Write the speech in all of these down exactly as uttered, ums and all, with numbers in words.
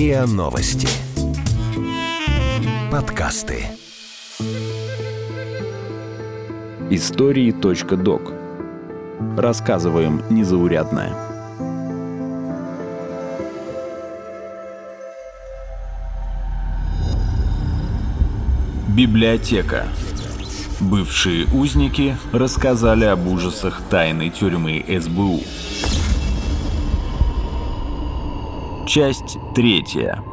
РИА Новости. Подкасты. Истории.док. Рассказываем незаурядное. Библиотека. Бывшие узники рассказали об ужасах тайной тюрьмы эс бэ у. Часть третья.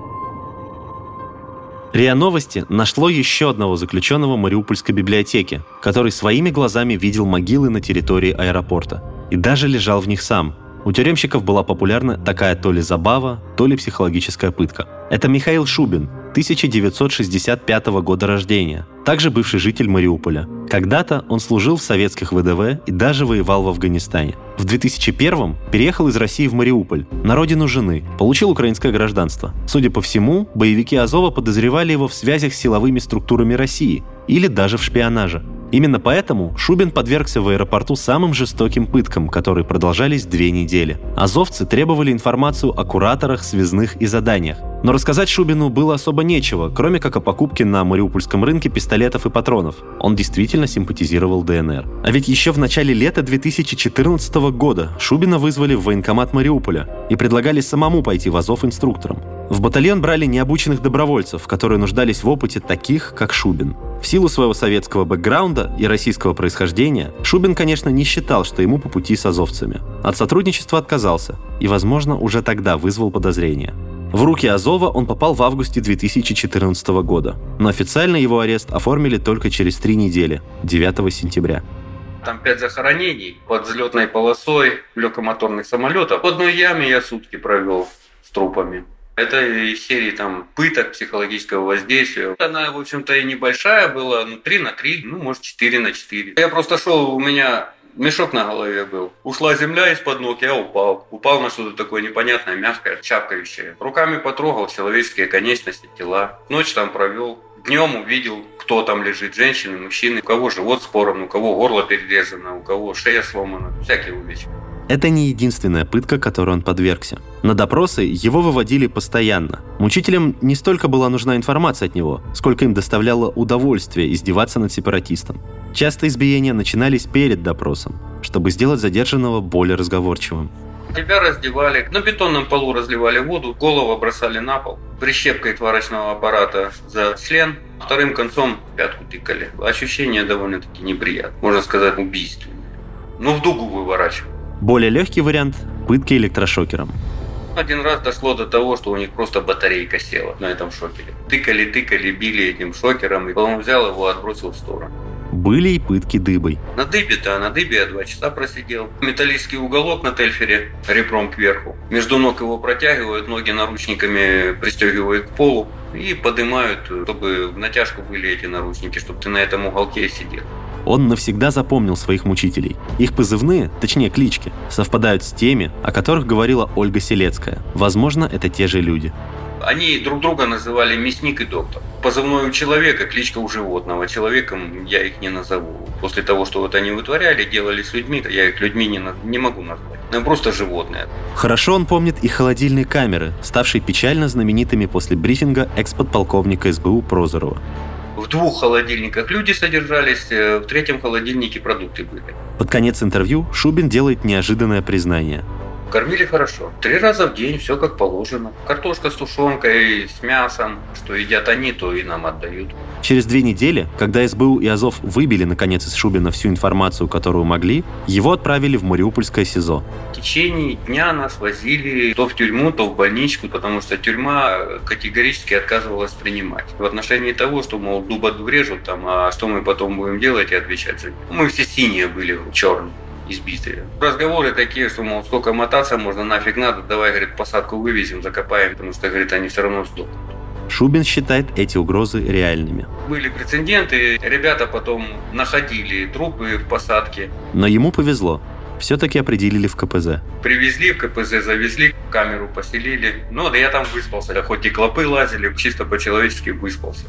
РИА Новости нашло еще одного заключенного Мариупольской библиотеки, который своими глазами видел могилы на территории аэропорта и даже лежал в них сам. У тюремщиков была популярна такая то ли забава, то ли психологическая пытка. Это Михаил Шубин, тысяча девятьсот шестьдесят пятого года рождения, также бывший житель Мариуполя. Когда-то он служил в советских вэ дэ вэ и даже воевал в Афганистане. В две тысячи первом переехал из России в Мариуполь, на родину жены, получил украинское гражданство. Судя по всему, боевики Азова подозревали его в связях с силовыми структурами России или даже в шпионаже. Именно поэтому Шубин подвергся в аэропорту самым жестоким пыткам, которые продолжались две недели. Азовцы требовали информацию о кураторах, связных и заданиях. Но рассказать Шубину было особо нечего, кроме как о покупке на мариупольском рынке пистолетов и патронов. Он действительно симпатизировал дэ эн эр. А ведь еще в начале лета две тысячи четырнадцатого года Шубина вызвали в военкомат Мариуполя и предлагали самому пойти в Азов инструктором. В батальон брали необученных добровольцев, которые нуждались в опыте таких, как Шубин. В силу своего советского бэкграунда и российского происхождения Шубин, конечно, не считал, что ему по пути с азовцами. От сотрудничества отказался и, возможно, уже тогда вызвал подозрения. В руки Азова он попал в августе две тысячи четырнадцатого года, но официально его арест оформили только через три недели, девятого сентября. Там пять захоронений под взлетной полосой легкомоторных самолетов. В одной яме я сутки провел с трупами. Это из серии там пыток, психологического воздействия. Она, в общем-то, и небольшая была, ну, три на три, ну, может, четыре на четыре. Я просто шел, у меня мешок на голове был. Ушла земля из-под ног, я упал. Упал на что-то такое непонятное, мягкое, чавкающее. Руками потрогал человеческие конечности, тела. Ночь там провел. Днем увидел, кто там лежит, женщины, мужчины. У кого живот с пором, у кого горло перерезано, у кого шея сломана. Всякие увечья. Это не единственная пытка, которой он подвергся. На допросы его выводили постоянно. Мучителям не столько была нужна информация от него, сколько им доставляло удовольствие издеваться над сепаратистом. Часто избиения начинались перед допросом, чтобы сделать задержанного более разговорчивым. Тебя раздевали, на бетонном полу разливали воду, голову бросали на пол, прищепкой сварочного аппарата за член, вторым концом пятку тыкали. Ощущение довольно-таки неприятное, можно сказать, убийственное. Ну, в дугу выворачивали. Более легкий вариант – пытки электрошокером. Один раз дошло до того, что у них просто батарейка села на этом шокере. Тыкали, тыкали, били этим шокером, и потом взял его, отбросил в сторону. Были и пытки дыбой. На дыбе-то, на дыбе я два часа просидел. Металлический уголок на тельфере, ребром кверху. Между ног его протягивают, ноги наручниками пристегивают к полу и поднимают, чтобы в натяжку были эти наручники, чтобы ты на этом уголке сидел. Он навсегда запомнил своих мучителей. Их позывные, точнее клички, совпадают с теми, о которых говорила Ольга Селецкая. Возможно, это те же люди. Они друг друга называли мясник и доктор. Позывной у человека, кличка у животного. Человеком я их не назову. После того, что вот они вытворяли, делали с людьми, я их людьми не, не могу назвать. Ну, просто животные. Хорошо он помнит и холодильные камеры, ставшие печально знаменитыми после брифинга экс-подполковника эс бэ у Прозорова. В двух холодильниках люди содержались, в третьем холодильнике продукты были. Под конец интервью Шубин делает неожиданное признание. Кормили хорошо. Три раза в день, все как положено. Картошка с тушенкой, с мясом. Что едят они, то и нам отдают. Через две недели, когда эс бэ у и Азов выбили наконец из Шубина всю информацию, которую могли, его отправили в Мариупольское СИЗО. В течение дня нас возили то в тюрьму, то в больничку, потому что тюрьма категорически отказывалась принимать. В отношении того, что, мол, дуб врежут там, а что мы потом будем делать и отвечать за них. Мы все синие были, черные. Избитые. Разговоры такие, что, мол, сколько мотаться можно, нафиг надо, давай, говорит, посадку вывезем, закопаем, потому что, говорит, они все равно сдохнут. Шубин считает эти угрозы реальными. Были прецеденты, ребята потом находили трупы в посадке. Но ему повезло. Все-таки определили в ка пэ зэ. Привезли в ка пэ зэ, завезли, камеру поселили. Ну, да я там выспался. Хоть и клопы лазили, чисто по-человечески выспался.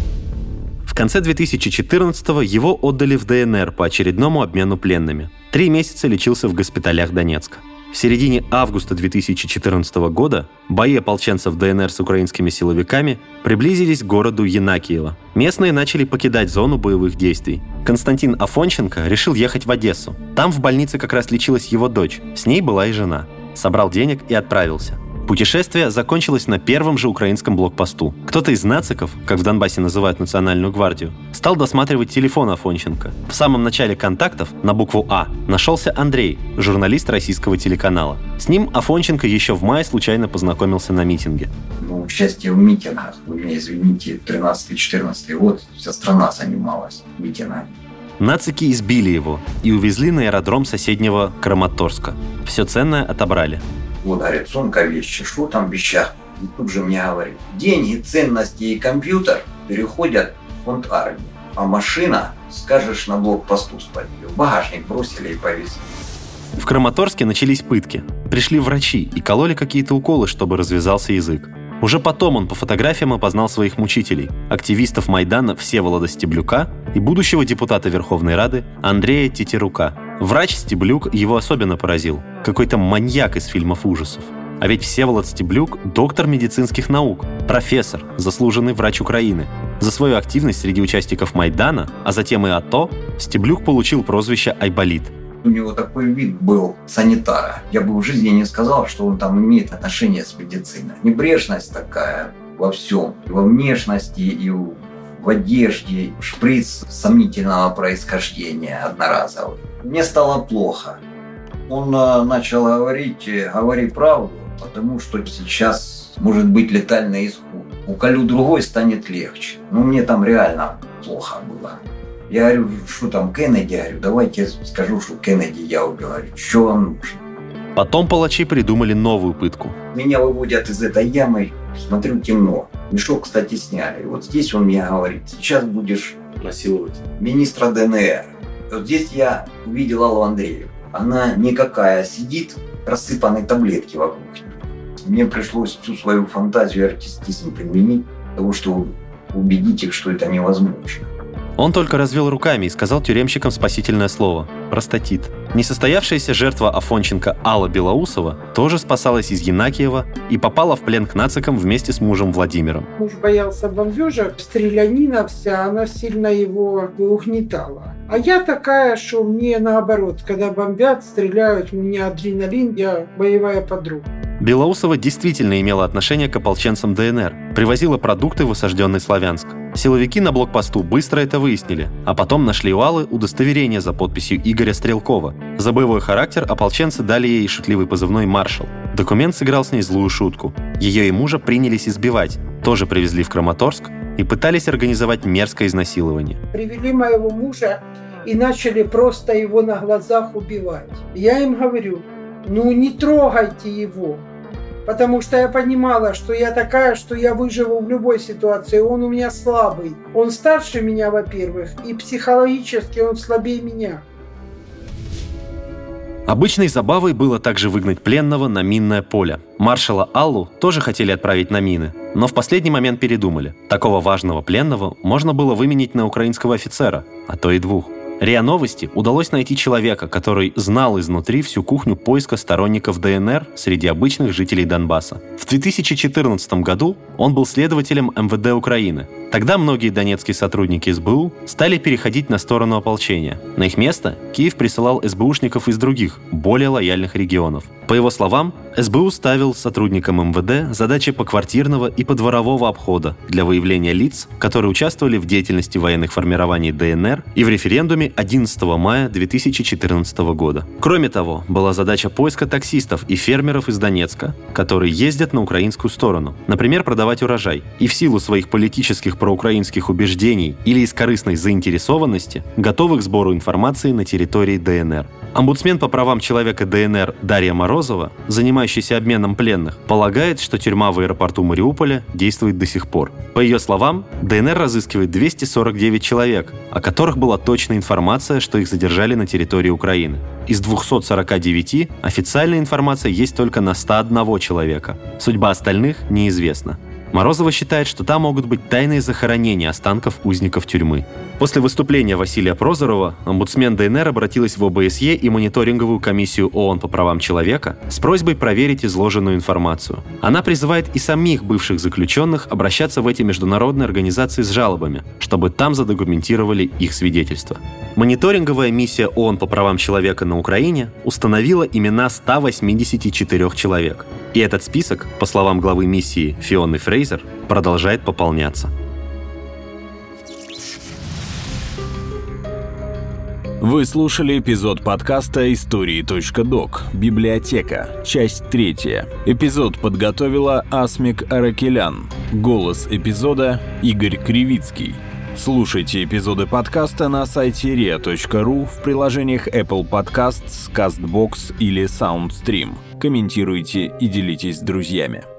В конце две тысячи четырнадцатого его отдали в дэ эн эр по очередному обмену пленными. Три месяца лечился в госпиталях Донецка. В В середине августа две тысячи четырнадцатого года бои ополченцев ДНР с украинскими силовиками приблизились к городу Янакиево. Местные начали покидать зону боевых действий. Константин Афонченко решил ехать в Одессу. Там в больнице как раз лечилась его дочь, с ней была и жена. Собрал денег и отправился. Путешествие закончилось на первом же украинском блокпосту. Кто-то из нациков, как в Донбассе называют национальную гвардию, стал досматривать телефон Афонченко. В самом начале контактов на букву «А» нашелся Андрей, журналист российского телеканала. С ним Афонченко еще в мае случайно познакомился на митинге. Ну, участие в митингах, вы меня извините, тринадцатый-четырнадцатый год, вся страна занималась митингами. Нацики избили его и увезли на аэродром соседнего Краматорска. Все ценное отобрали. Вот, говорит, сумка, вещи, что там в вещах? И тут же мне говорит, деньги, ценности и компьютер переходят в фонд армии. А машина, скажешь, на блокпосту спалили. В багажник бросили и повезли. В Краматорске начались пытки. Пришли врачи и кололи какие-то уколы, чтобы развязался язык. Уже потом он по фотографиям опознал своих мучителей, активистов Майдана Всеволода Стеблюка и будущего депутата Верховной Рады Андрея Тетерука. Врач Стеблюк его особенно поразил. Какой-то маньяк из фильмов ужасов. А ведь Всеволод Стеблюк – доктор медицинских наук, профессор, заслуженный врач Украины. За свою активность среди участников Майдана, а затем и АТО, Стеблюк получил прозвище «Айболит». У него такой вид был санитара. Я бы в жизни не сказал, что он там имеет отношение с медициной. Небрежность такая во всем. И во внешности, и в одежде. Шприц сомнительного происхождения, одноразовый. Мне стало плохо. Он начал говорить, говори правду, потому что сейчас может быть летальный исход. Уколю другой, станет легче. Но мне там реально плохо было. Я говорю, что там Кеннеди? Я говорю, давайте скажу, что Кеннеди я убил. Говорю, что вам нужно? Потом палачи придумали новую пытку. Меня выводят из этой ямы, смотрю, темно. Мешок, кстати, сняли. И вот здесь он мне говорит, сейчас будешь Насиловать. министра ДНР. Вот здесь я увидел Аллу Андрееву. Она никакая сидит, рассыпанные таблетки вокруг нее. Мне пришлось всю свою фантазию и артистизм применить, потому что убедить их, что это невозможно. Он только развел руками и сказал тюремщикам спасительное слово – простатит. Несостоявшаяся жертва Афонченко Алла Белоусова тоже спасалась из Янакиева и попала в плен к нацикам вместе с мужем Владимиром. Муж боялся бомбежек, стрелянина вся, она сильно его угнетала. А я такая, что мне наоборот, когда бомбят, стреляют, у меня адреналин, я боевая подруга. Белоусова действительно имела отношение к ополченцам ДНР, привозила продукты в осажденный Славянск. Силовики на блокпосту быстро это выяснили, а потом нашли у Аллы удостоверение за подписью Игоря Стрелкова. За боевой характер ополченцы дали ей шутливый позывной «Маршал». Документ сыграл с ней злую шутку. Ее и мужа принялись избивать, тоже привезли в Краматорск и пытались организовать мерзкое изнасилование. Привели моего мужа и начали просто его на глазах убивать. Я им говорю, ну не трогайте его. Потому что я понимала, что я такая, что я выживу в любой ситуации. Он у меня слабый. Он старше меня, во-первых, и психологически он слабее меня. Обычной забавой было также выгнать пленного на минное поле. Маршала Аллу тоже хотели отправить на мины, но в последний момент передумали. Такого важного пленного можно было выменить на украинского офицера, а то и двух. РИА Новости удалось найти человека, который знал изнутри всю кухню поиска сторонников ДНР среди обычных жителей Донбасса. В две тысячи четырнадцатом году он был следователем эм вэ дэ Украины. Тогда многие донецкие сотрудники эс бэ у стали переходить на сторону ополчения. На их место Киев присылал эс бэ ушников из других, более лояльных регионов. По его словам, эс бэ у ставил сотрудникам эм вэ дэ задачи поквартирного и подворового обхода для выявления лиц, которые участвовали в деятельности военных формирований ДНР и в референдуме одиннадцатого мая две тысячи четырнадцатого года. Кроме того, была задача поиска таксистов и фермеров из Донецка, которые ездят на украинскую сторону, например, продавать урожай, и в силу своих политических проукраинских убеждений или из корыстной заинтересованности готовы к сбору информации на территории ДНР. Омбудсмен по правам человека ДНР Дарья Морозова, занимающаяся обменом пленных, полагает, что тюрьма в аэропорту Мариуполя действует до сих пор. По ее словам, ДНР разыскивает двести сорок девять человек, о которых была точная информация, что их задержали на территории Украины. Из двухсот сорока девяти официальная информация есть только на ста одного человека. Судьба остальных неизвестна. Морозова считает, что там могут быть тайные захоронения останков узников тюрьмы. После выступления Василия Прозорова омбудсмен ДНР обратилась в ОБСЕ и мониторинговую комиссию ООН по правам человека с просьбой проверить изложенную информацию. Она призывает и самих бывших заключенных обращаться в эти международные организации с жалобами, чтобы там задокументировали их свидетельства. Мониторинговая миссия ООН по правам человека на Украине установила имена ста восьмидесяти четырёх человек. И этот список, по словам главы миссии Фионы Фрейзер, продолжает пополняться. Вы слушали эпизод подкаста «Истории.док. Библиотека». Часть третья. Эпизод подготовила Асмик Аракелян. Голос эпизода – Игорь Кривицкий. Слушайте эпизоды подкаста на сайте риа точка ру, в приложениях Apple Podcasts, CastBox или SoundStream. Комментируйте и делитесь с друзьями.